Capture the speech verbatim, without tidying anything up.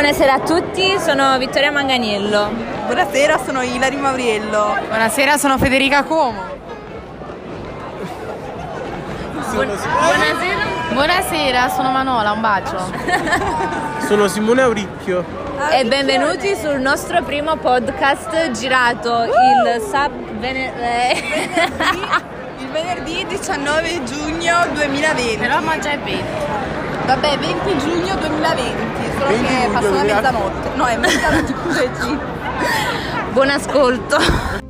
Buonasera a tutti, sono Vittoria Manganiello. Buonasera, sono Ilari Mauriello. Buonasera, sono Federica Como. Bu- buonasera. Buonasera, sono Manola, un bacio. Sono Simone Auricchio. E benvenuti sul nostro primo podcast girato il sab... Vene- Il venerdì diciannove giugno duemilaventi. Però ma già è venti. Vabbè, venti giugno duemilaventi, solo che passa la mezzanotte. No, è mezzanotte, scusaci. Buon ascolto.